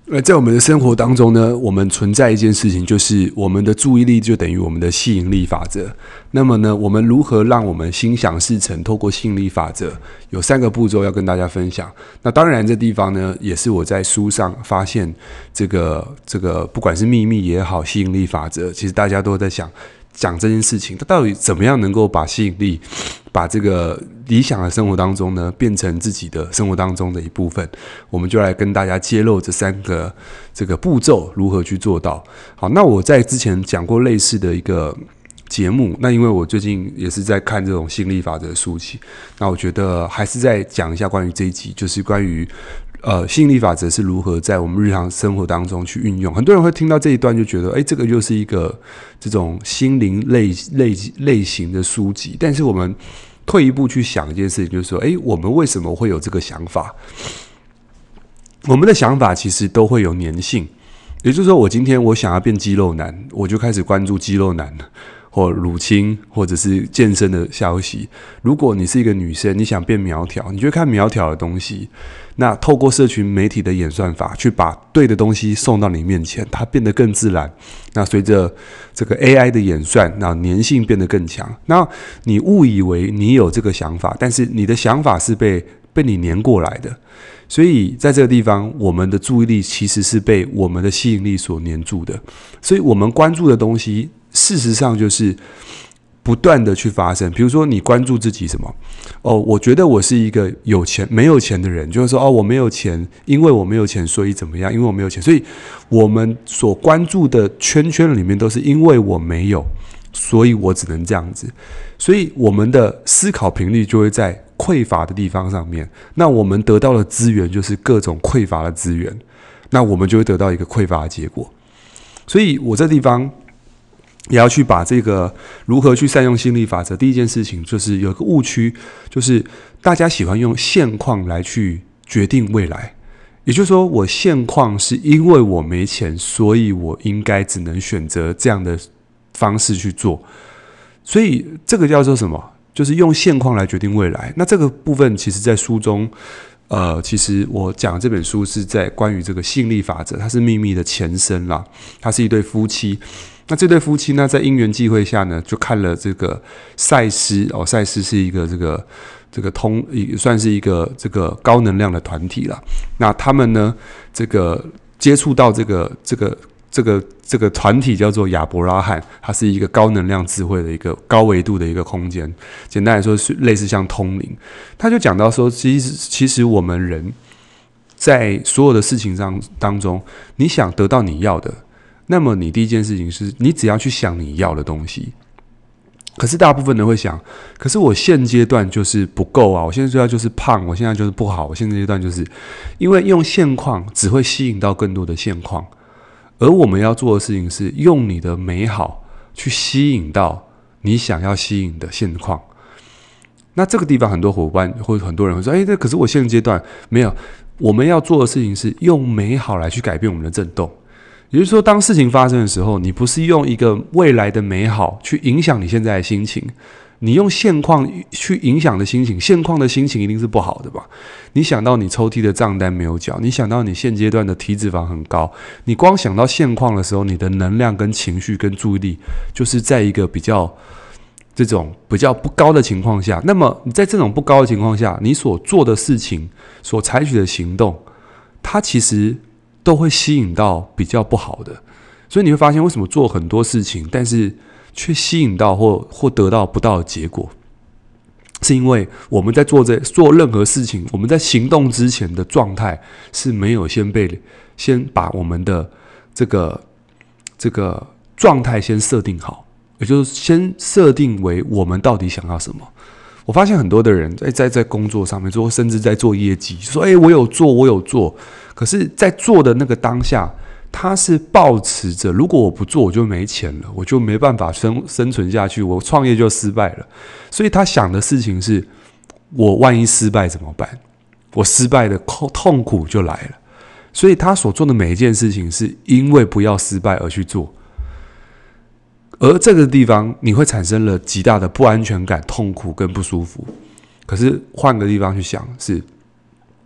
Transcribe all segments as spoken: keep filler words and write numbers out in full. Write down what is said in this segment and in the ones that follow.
呃，在我们的生活当中呢，我们存在一件事情，就是我们的注意力就等于我们的吸引力法则。那么呢，我们如何让我们心想事成？透过吸引力法则，有三个步骤要跟大家分享。那当然，这地方呢，也是我在书上发现这个这个，不管是秘密也好，吸引力法则，其实大家都在想讲这件事情，它到底怎么样能够把吸引力，把这个理想的生活当中呢，变成自己的生活当中的一部分。我们就来跟大家揭露这三个这个步骤如何去做到。好，那我在之前讲过类似的一个节目，那因为我最近也是在看这种吸引力法则的书籍，那我觉得还是再讲一下关于这一集，就是关于呃吸引力法则是如何在我们日常生活当中去运用。很多人会听到这一段就觉得，哎，这个就是一个这种心灵类类类型的书籍，但是我们退一步去想一件事情，就是说，哎，我们为什么会有这个想法？我们的想法其实都会有粘性，也就是说，我今天我想要变肌肉男，我就开始关注肌肉男或乳清或者是健身的消息。如果你是一个女生，你想变苗条，你就看苗条的东西。那透过社群媒体的演算法，去把对的东西送到你面前，它变得更自然。那随着这个 A I 的演算，那粘性变得更强。那你误以为你有这个想法，但是你的想法是被被你粘过来的。所以在这个地方，我们的注意力其实是被我们的吸引力所黏住的。所以我们关注的东西，事实上就是不断的去发生。比如说，你关注自己什么？哦，我觉得我是一个有钱没有钱的人，就是说，哦，我没有钱，因为我没有钱，所以怎么样？因为我没有钱，所以我们所关注的圈圈里面都是因为我没有，所以我只能这样子。所以我们的思考频率就会在匮乏的地方上面，那我们得到的资源就是各种匮乏的资源，那我们就会得到一个匮乏的结果。所以我这地方也要去把这个如何去善用心理法则。第一件事情就是有一个误区，就是大家喜欢用现况来去决定未来。也就是说，我现况是因为我没钱，所以我应该只能选择这样的方式去做。所以这个叫做什么？就是用现况来决定未来。那这个部分其实在书中，呃，其实我讲这本书是在关于这个吸引力法则，它是秘密的前身啦。它是一对夫妻，那这对夫妻呢，在因缘际会下呢，就看了这个赛斯哦，赛斯是一个这个这个通，算是一个这个高能量的团体啦。那他们呢，这个接触到这个这个。这个这个团体叫做亚伯拉罕，它是一个高能量智慧的一个高维度的一个空间。简单来说，是类似像通灵。他就讲到说，其实其实我们人在所有的事情上当中，你想得到你要的，那么你第一件事情是你只要去想你要的东西。可是大部分人会想，可是我现阶段就是不够啊，我现在阶段就是胖，我现在就是不好，我现在阶段就是因为用现况只会吸引到更多的现况。而我们要做的事情是用你的美好去吸引到你想要吸引的现况。那这个地方很多伙伴或者很多人会说，哎，那可是我现阶段没有。我们要做的事情是用美好来去改变我们的震动。也就是说，当事情发生的时候，你不是用一个未来的美好去影响你现在的心情，你用现况去影响的心情，现况的心情一定是不好的吧？你想到你抽屉的账单没有缴，你想到你现阶段的体脂肪很高，你光想到现况的时候，你的能量跟情绪跟注意力就是在一个比较这种比较不高的情况下。那么你在这种不高的情况下，你所做的事情，所采取的行动，它其实都会吸引到比较不好的。所以你会发现，为什么做很多事情，但是却吸引到或或得到不到的结果，是因为我们在做这做任何事情，我们在行动之前的状态是没有先被先把我们的这个这个状态先设定好，也就是先设定为我们到底想要什么。我发现很多的人在在在工作上面做，甚至在做业绩，说：“哎，我有做，我有做。”可是，在做的那个当下，他是抱持着，如果我不做，我就没钱了，我就没办法生生存下去，我创业就失败了。所以他想的事情是：我万一失败怎么办？我失败的痛苦就来了。所以他所做的每一件事情，是因为不要失败而去做。而这个地方，你会产生了极大的不安全感、痛苦跟不舒服。可是换个地方去想，是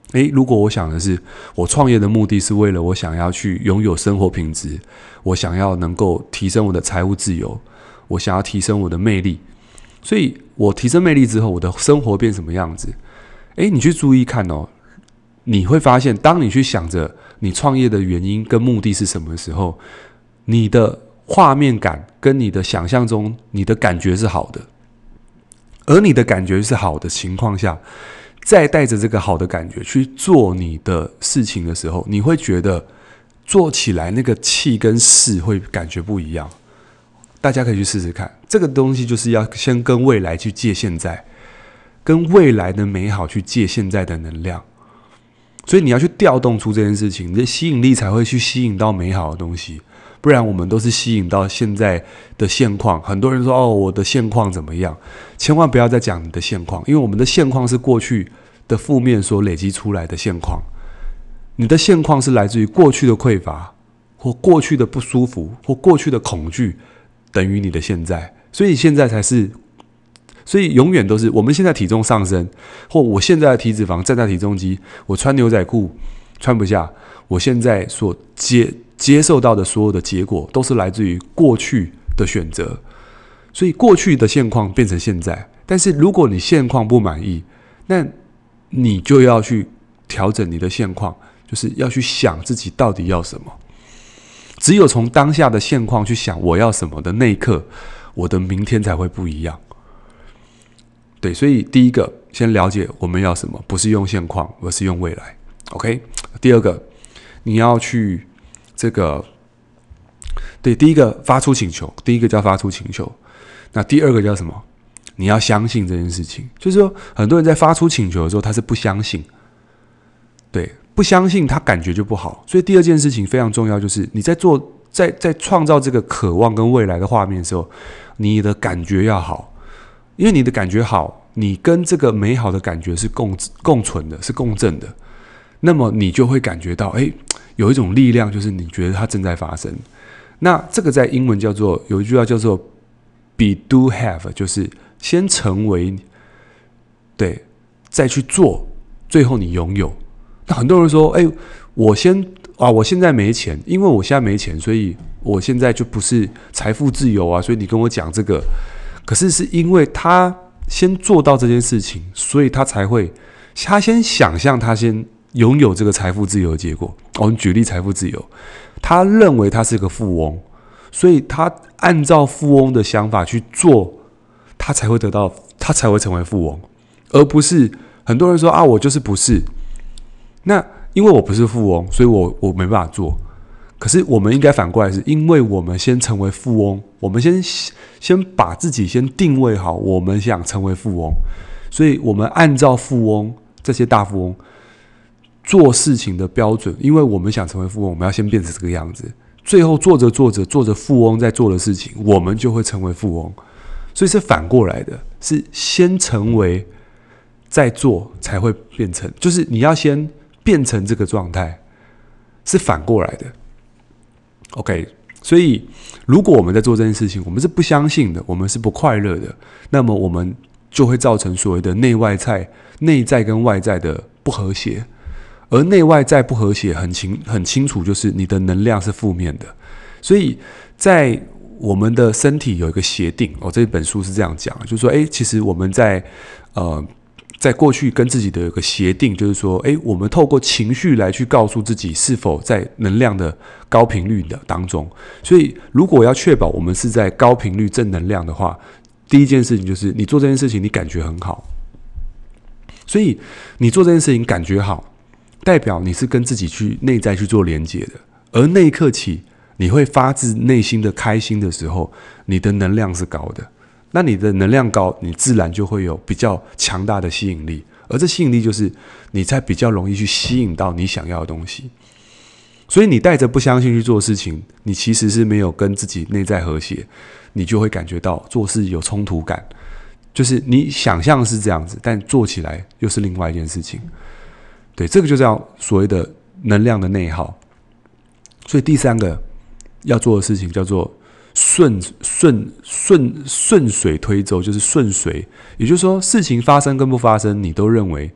诶，如果我想的是，我创业的目的是为了我想要去拥有生活品质，我想要能够提升我的财务自由，我想要提升我的魅力，所以我提升魅力之后，我的生活变什么样子？诶，你去注意看哦，你会发现，当你去想着你创业的原因跟目的是什么的时候，你的画面感跟你的想象中，你的感觉是好的，而你的感觉是好的情况下，再带着这个好的感觉去做你的事情的时候，你会觉得做起来那个气跟势会感觉不一样。大家可以去试试看，这个东西就是要先跟未来去借现在，跟未来的美好去借现在的能量。所以你要去调动出这件事情，你的吸引力才会去吸引到美好的东西。不然我们都是吸引到现在的现况。很多人说哦，我的现况怎么样？千万不要再讲你的现况，因为我们的现况是过去的负面所累积出来的现况。你的现况是来自于过去的匮乏，或过去的不舒服，或过去的恐惧，等于你的现在。所以现在才是，所以永远都是我们现在体重上升，或我现在的体脂肪站在体重机，我穿牛仔裤穿不下，我现在所接接受到的所有的结果，都是来自于过去的选择。所以过去的现况变成现在，但是如果你现况不满意，那你就要去调整你的现况，就是要去想自己到底要什么。只有从当下的现况去想我要什么的那一刻，我的明天才会不一样。对，所以第一个，先了解我们要什么，不是用现况，而是用未来。OK， 第二个，你要去这个，对，第一个发出请求，第一个叫发出请求。那第二个叫什么？你要相信这件事情。就是说，很多人在发出请求的时候，他是不相信，对，不相信他感觉就不好。所以第二件事情非常重要，就是你在做，在在创造这个渴望跟未来的画面的时候，你的感觉要好，因为你的感觉好，你跟这个美好的感觉是共共存的，是共振的。那么你就会感觉到，哎，有一种力量，就是你觉得它正在发生。那这个在英文叫做，有一句话叫做 be do have， 就是先成为，对，再去做，最后你拥有。那很多人说，哎，我先啊，我现在没钱，因为我现在没钱，所以我现在就不是财富自由啊。所以你跟我讲这个，可是是因为他先做到这件事情，所以他才会，他先想象，他先拥有这个财富自由的结果。我们举例财富自由，他认为他是个富翁，所以他按照富翁的想法去做，他才会得到，他才会成为富翁，而不是很多人说啊，我就是不是。那因为我不是富翁，所以我我没办法做。可是我们应该反过来，是因为我们先成为富翁，我们先先把自己先定位好，我们想成为富翁，所以我们按照富翁这些大富翁做事情的标准，因为我们想成为富翁，我们要先变成这个样子。最后做着做着做着富翁在做的事情，我们就会成为富翁。所以是反过来的，是先成为再做才会变成，就是你要先变成这个状态，是反过来的。OK， 所以如果我们在做这件事情，我们是不相信的，我们是不快乐的，那么我们就会造成所谓的内外在、内在跟外在的不和谐。而内外在不和谐很清很清楚，就是你的能量是负面的。所以在我们的身体有一个协定，哦，这本书是这样讲，就是说，哎，其实我们在呃。在过去跟自己的一个协定，就是说，哎，我们透过情绪来去告诉自己是否在能量的高频率的当中。所以，如果要确保我们是在高频率正能量的话，第一件事情就是你做这件事情，你感觉很好。所以，你做这件事情感觉好，代表你是跟自己去内在去做连接的。而那一刻起，你会发自内心的开心的时候，你的能量是高的。那你的能量高，你自然就会有比较强大的吸引力，而这吸引力就是你才比较容易去吸引到你想要的东西。所以你带着不相信去做事情，你其实是没有跟自己内在和谐，你就会感觉到做事有冲突感，就是你想象是这样子，但做起来又是另外一件事情。对，这个就叫所谓的能量的内耗。所以第三个要做的事情叫做顺顺顺顺水推舟，就是顺水，也就是说，事情发生跟不发生，你都认为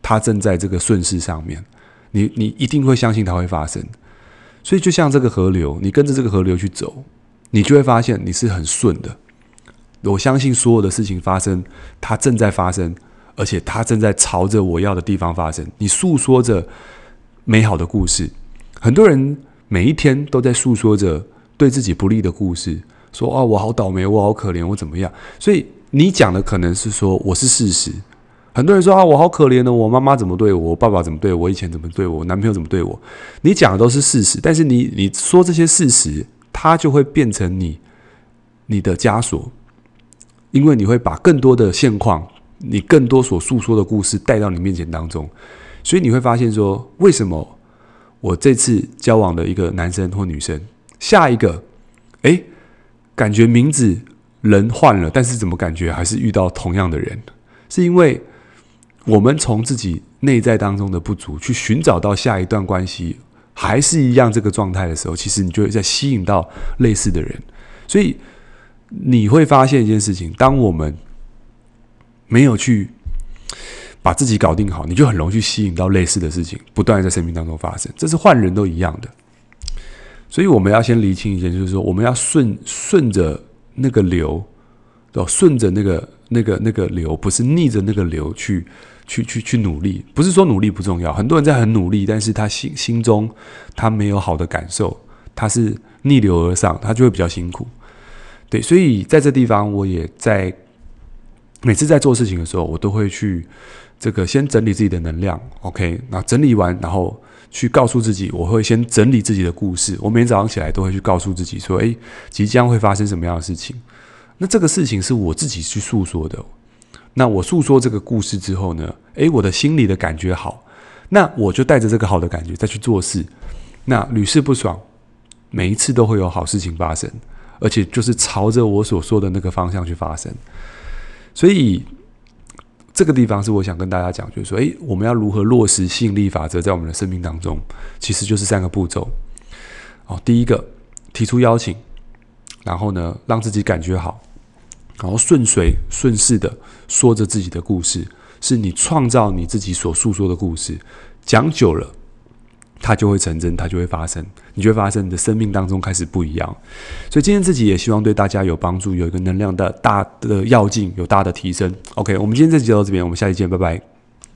它正在这个顺势上面，你你一定会相信它会发生。所以就像这个河流，你跟着这个河流去走，你就会发现你是很顺的。我相信所有的事情发生，它正在发生，而且它正在朝着我要的地方发生。你诉说着美好的故事，很多人每一天都在诉说着对自己不利的故事，说啊，我好倒霉，我好可怜，我怎么样？所以你讲的可能是说我是事实。很多人说啊，我好可怜的，我妈妈怎么对我，我爸爸怎么对我，我以前怎么对我，我男朋友怎么对我。你讲的都是事实，但是你你说这些事实，它就会变成你你的枷锁，因为你会把更多的现况，你更多所诉说的故事带到你面前当中，所以你会发现说，为什么我这次交往的一个男生或女生，下一个，哎，感觉名字人换了，但是怎么感觉还是遇到同样的人？是因为我们从自己内在当中的不足，去寻找到下一段关系还是一样这个状态的时候，其实你就会在吸引到类似的人。所以你会发现一件事情，当我们没有去把自己搞定好，你就很容易去吸引到类似的事情，不断在生命当中发生。这是换人都一样的。所以我们要先厘清一件，就是说我们要顺顺着那个流，顺着那个那个那个流，不是逆着那个流去去去去努力。不是说努力不重要，很多人在很努力，但是他心心中他没有好的感受，他是逆流而上，他就会比较辛苦。对，所以在这地方，我也在每次在做事情的时候，我都会去这个先整理自己的能量 ，OK， 那整理完，然后去告诉自己，我会先整理自己的故事。我每天早上起来都会去告诉自己说，哎，即将会发生什么样的事情？那这个事情是我自己去诉说的。那我诉说这个故事之后呢，哎，我的心里的感觉好，那我就带着这个好的感觉再去做事。那屡试不爽，每一次都会有好事情发生。而且就是朝着我所说的那个方向去发生，所以这个地方是我想跟大家讲，就是说，诶，我们要如何落实吸引力法则在我们的生命当中，其实就是三个步骤。哦，第一个，提出邀请，然后呢，让自己感觉好，然后顺随顺势的说着自己的故事，是你创造你自己所诉说的故事，讲久了，它就会成真，它就会发生，你就会发现你的生命当中开始不一样。所以今天自己也希望对大家有帮助，有一个能量的大的要进，有大的提升。OK， 我们今天这集就到这边，我们下期见，拜拜。